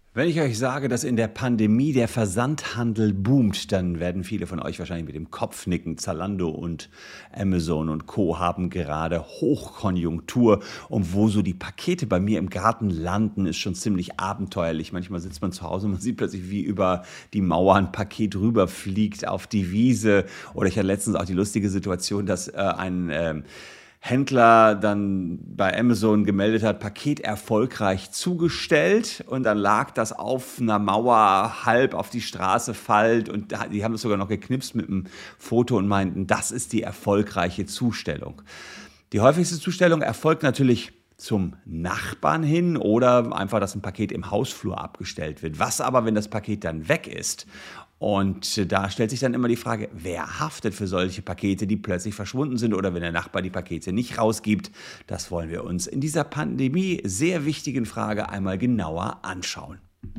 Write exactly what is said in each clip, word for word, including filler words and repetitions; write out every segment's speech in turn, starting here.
Wenn ich euch sage, dass in der Pandemie der Versandhandel boomt, dann werden viele von euch wahrscheinlich mit dem Kopf nicken. Zalando und Amazon und Co. haben gerade Hochkonjunktur. Und wo so die Pakete bei mir im Garten landen, ist schon ziemlich abenteuerlich. Manchmal sitzt man zu Hause und man sieht plötzlich, wie über die Mauer ein Paket rüberfliegt auf die Wiese. Oder ich hatte letztens auch die lustige Situation, dass äh, ein... Ähm, Händler dann bei Amazon gemeldet hat, Paket erfolgreich zugestellt, und dann lag das auf einer Mauer halb auf die Straße fallend, und die haben es sogar noch geknipst mit einem Foto und meinten, das ist die erfolgreiche Zustellung. Die häufigste Zustellung erfolgt natürlich zum Nachbarn hin oder einfach, dass ein Paket im Hausflur abgestellt wird. Was aber, wenn das Paket dann weg ist? Und da stellt sich dann immer die Frage, wer haftet für solche Pakete, die plötzlich verschwunden sind, oder wenn der Nachbar die Pakete nicht rausgibt? Das wollen wir uns in dieser Pandemie sehr wichtigen Frage einmal genauer anschauen.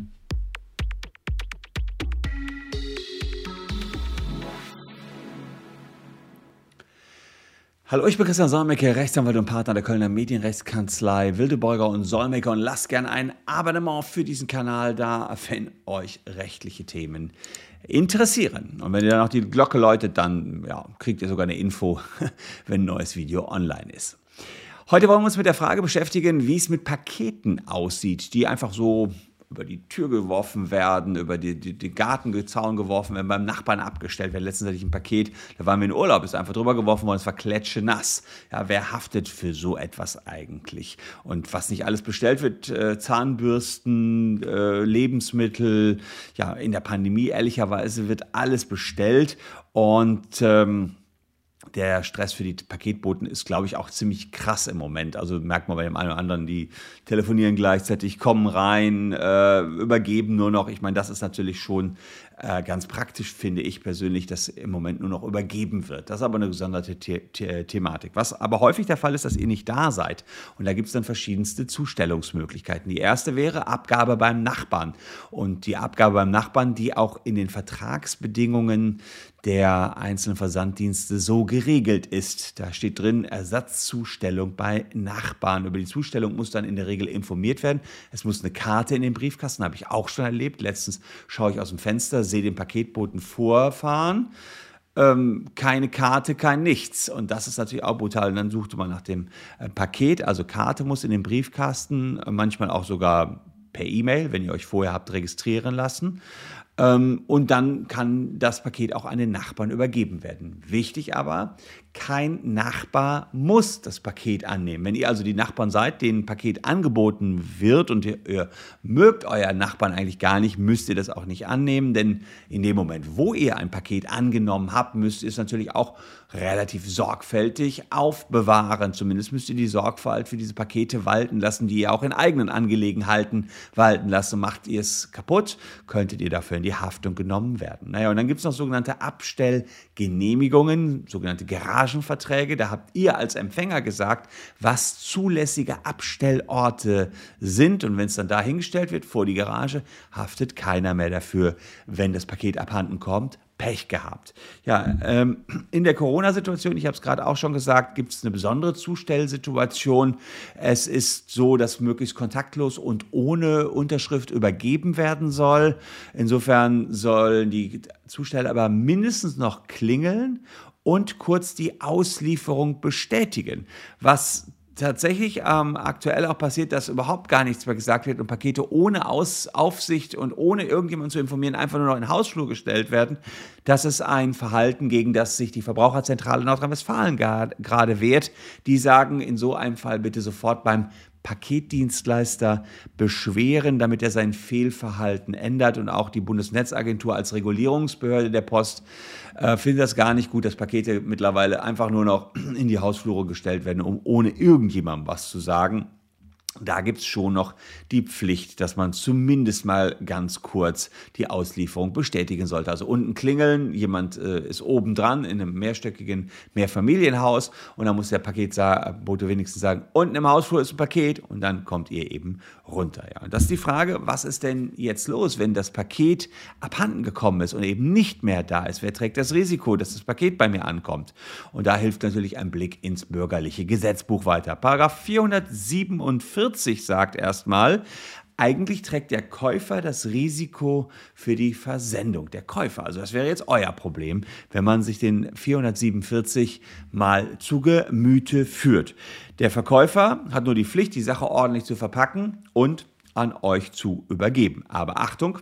Hallo, ich bin Christian Solmecke, Rechtsanwalt und Partner der Kölner Medienrechtskanzlei Wildeborger und Solmecke, und lasst gerne ein Abonnement für diesen Kanal da, wenn euch rechtliche Themen interessieren. Und wenn ihr dann noch die Glocke läutet, dann ja, kriegt ihr sogar eine Info, wenn ein neues Video online ist. Heute wollen wir uns mit der Frage beschäftigen, wie es mit Paketen aussieht, die einfach so über die Tür geworfen werden, über die, die, den Gartenzaun geworfen werden, beim Nachbarn abgestellt werden. Letztens hatte ich ein Paket, da waren wir in Urlaub, ist einfach drüber geworfen worden, es war klatschenass. Ja, wer haftet für so etwas eigentlich? Und was nicht alles bestellt wird, äh, Zahnbürsten, äh, Lebensmittel, ja, in der Pandemie ehrlicherweise wird alles bestellt, und ähm, der Stress für die Paketboten ist, glaube ich, auch ziemlich krass im Moment. Also merkt man bei dem einen oder anderen, die telefonieren gleichzeitig, kommen rein, äh, übergeben nur noch. Ich meine, das ist natürlich schon äh, ganz praktisch, finde ich persönlich, dass im Moment nur noch übergeben wird. Das ist aber eine gesonderte The The Thematik. Was aber häufig der Fall ist, dass ihr nicht da seid. Und da gibt es dann verschiedenste Zustellungsmöglichkeiten. Die erste wäre Abgabe beim Nachbarn. Und die Abgabe beim Nachbarn, die auch in den Vertragsbedingungen der einzelnen Versanddienste so geregelt ist. Da steht drin, Ersatzzustellung bei Nachbarn. Über die Zustellung muss dann in der Regel informiert werden. Es muss eine Karte in den Briefkasten, habe ich auch schon erlebt. Letztens schaue ich aus dem Fenster, sehe den Paketboten vorfahren. Ähm, keine Karte, kein Nichts. Und das ist natürlich auch brutal. Und dann suchte man nach dem äh, Paket. Also Karte muss in den Briefkasten, äh, manchmal auch sogar per E-Mail, wenn ihr euch vorher habt registrieren lassen. Ähm, und dann kann das Paket auch an den Nachbarn übergeben werden. Wichtig aber, kein Nachbar muss das Paket annehmen. Wenn ihr also die Nachbarn seid, denen ein Paket angeboten wird und ihr, ihr mögt euren Nachbarn eigentlich gar nicht, müsst ihr das auch nicht annehmen. Denn in dem Moment, wo ihr ein Paket angenommen habt, müsst ihr es natürlich auch relativ sorgfältig aufbewahren. Zumindest müsst ihr die Sorgfalt für diese Pakete walten lassen, die ihr auch in eigenen Angelegenheiten walten lasst. Macht ihr es kaputt, könntet ihr dafür in die Haftung genommen werden. Naja, und dann gibt es noch sogenannte Abstellgenehmigungen, sogenannte Garagenverträge. Da habt ihr als Empfänger gesagt, was zulässige Abstellorte sind. Und wenn es dann da hingestellt wird, vor die Garage, haftet keiner mehr dafür, wenn das Paket abhanden kommt. Pech gehabt. Ja, ähm, in der Corona-Situation, ich habe es gerade auch schon gesagt, gibt es eine besondere Zustellsituation. Es ist so, dass möglichst kontaktlos und ohne Unterschrift übergeben werden soll. Insofern sollen die Zusteller aber mindestens noch klingeln und kurz die Auslieferung bestätigen. Was tatsächlich ähm, aktuell auch passiert, dass überhaupt gar nichts mehr gesagt wird und Pakete ohne Aus Aufsicht und ohne irgendjemanden zu informieren einfach nur noch in den Hausflur gestellt werden. Das ist ein Verhalten, gegen das sich die Verbraucherzentrale Nordrhein-Westfalen gerade wehrt. Die sagen, in so einem Fall bitte sofort beim Paketdienstleister beschweren, damit er sein Fehlverhalten ändert. Und auch die Bundesnetzagentur als Regulierungsbehörde der Post äh, findet das gar nicht gut, dass Pakete mittlerweile einfach nur noch in die Hausflure gestellt werden, um ohne irgendjemandem was zu sagen. Da gibt es schon noch die Pflicht, dass man zumindest mal ganz kurz die Auslieferung bestätigen sollte. Also unten klingeln, jemand äh, ist oben dran in einem mehrstöckigen Mehrfamilienhaus und dann muss der Paketbote wenigstens sagen, unten im Hausflur ist ein Paket, und dann kommt ihr eben runter. Ja. Und das ist die Frage, was ist denn jetzt los, wenn das Paket abhanden gekommen ist und eben nicht mehr da ist? Wer trägt das Risiko, dass das Paket bei mir ankommt? Und da hilft natürlich ein Blick ins bürgerliche Gesetzbuch weiter. Paragraph vierhundertsiebenundvierzig sagt erstmal, Eigentlich trägt der Käufer das Risiko für die Versendung. Der Käufer, also das wäre jetzt euer Problem, wenn man sich den vierhundertsiebenundvierzig mal zu Gemüte führt. Der Verkäufer hat nur die Pflicht, die Sache ordentlich zu verpacken und an euch zu übergeben. Aber Achtung,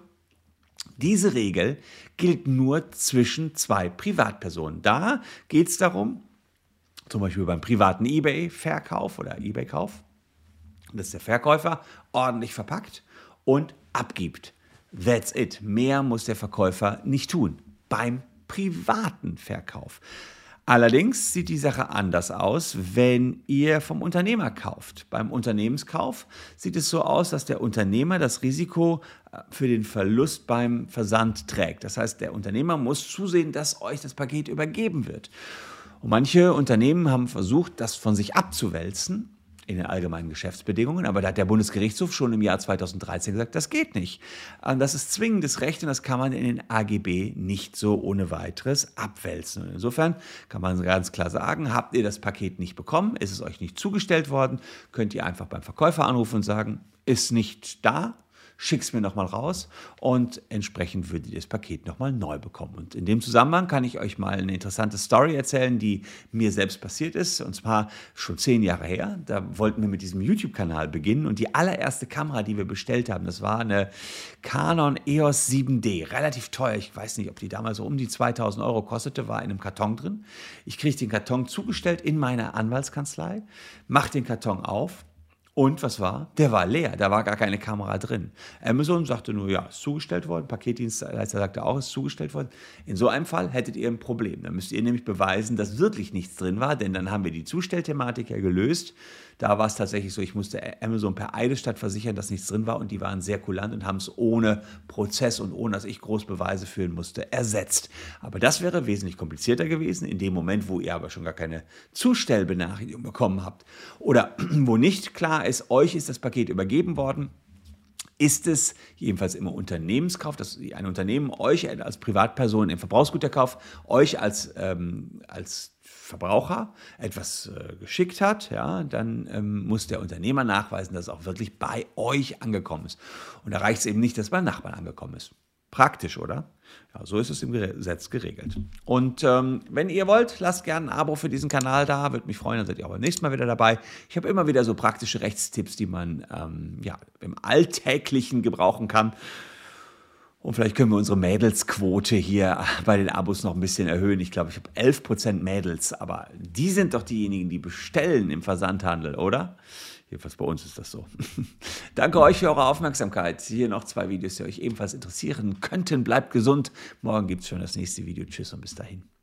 diese Regel gilt nur zwischen zwei Privatpersonen. Da geht es darum, zum Beispiel beim privaten eBay-Verkauf oder eBay-Kauf, dass der Verkäufer ordentlich verpackt und abgibt. That's it. Mehr muss der Verkäufer nicht tun beim privaten Verkauf. Allerdings sieht die Sache anders aus, wenn ihr vom Unternehmer kauft. Beim Unternehmenskauf sieht es so aus, dass der Unternehmer das Risiko für den Verlust beim Versand trägt. Das heißt, der Unternehmer muss zusehen, dass euch das Paket übergeben wird. Und manche Unternehmen haben versucht, das von sich abzuwälzen in den allgemeinen Geschäftsbedingungen, aber da hat der Bundesgerichtshof schon im Jahr zweitausenddreizehn gesagt, das geht nicht. Das ist zwingendes Recht und das kann man in den A G B nicht so ohne weiteres abwälzen. Und insofern kann man ganz klar sagen, habt ihr das Paket nicht bekommen, ist es euch nicht zugestellt worden, könnt ihr einfach beim Verkäufer anrufen und sagen, ist nicht da, schick's mir nochmal raus und entsprechend würdet ihr das Paket nochmal neu bekommen. Und in dem Zusammenhang kann ich euch mal eine interessante Story erzählen, die mir selbst passiert ist, und zwar schon zehn Jahre her. Da wollten wir mit diesem YouTube-Kanal beginnen und die allererste Kamera, die wir bestellt haben, das war eine Canon E O S sieben D, relativ teuer. Ich weiß nicht, ob die damals so um die zweitausend Euro kostete, war in einem Karton drin. Ich kriege den Karton zugestellt in meiner Anwaltskanzlei, mache den Karton auf. Und was war? Der war leer, da war gar keine Kamera drin. Amazon sagte nur, ja, ist zugestellt worden. Paketdienstleister sagte auch, ist zugestellt worden. In so einem Fall hättet ihr ein Problem. Dann müsst ihr nämlich beweisen, dass wirklich nichts drin war, denn dann haben wir die Zustellthematik ja gelöst. Da war es tatsächlich so, ich musste Amazon per Eidesstatt versichern, dass nichts drin war und die waren sehr kulant und haben es ohne Prozess und ohne, dass ich groß Beweise führen musste, ersetzt. Aber das wäre wesentlich komplizierter gewesen, in dem Moment, wo ihr aber schon gar keine Zustellbenachrichtigung bekommen habt oder wo nicht klar ist, euch ist das Paket übergeben worden. Ist es jedenfalls immer Unternehmenskauf, dass ein Unternehmen euch als Privatperson im Verbrauchsgüterkauf, euch als, ähm, als Verbraucher etwas äh, geschickt hat, ja, dann ähm, muss der Unternehmer nachweisen, dass es auch wirklich bei euch angekommen ist. Und da reicht es eben nicht, dass es beim Nachbarn angekommen ist. Praktisch, oder? Ja, so ist es im Gesetz geregelt. Und ähm, wenn ihr wollt, lasst gerne ein Abo für diesen Kanal da. Würde mich freuen, dann seid ihr auch beim nächsten Mal wieder dabei. Ich habe immer wieder so praktische Rechtstipps, die man ähm, ja, im Alltäglichen gebrauchen kann. Und vielleicht können wir unsere Mädelsquote hier bei den Abos noch ein bisschen erhöhen. Ich glaube, ich habe elf Prozent Mädels, aber die sind doch diejenigen, die bestellen im Versandhandel, oder? Jedenfalls bei uns ist das so. Danke euch für eure Aufmerksamkeit. Hier noch zwei Videos, die euch ebenfalls interessieren könnten. Bleibt gesund. Morgen gibt es schon das nächste Video. Tschüss und bis dahin.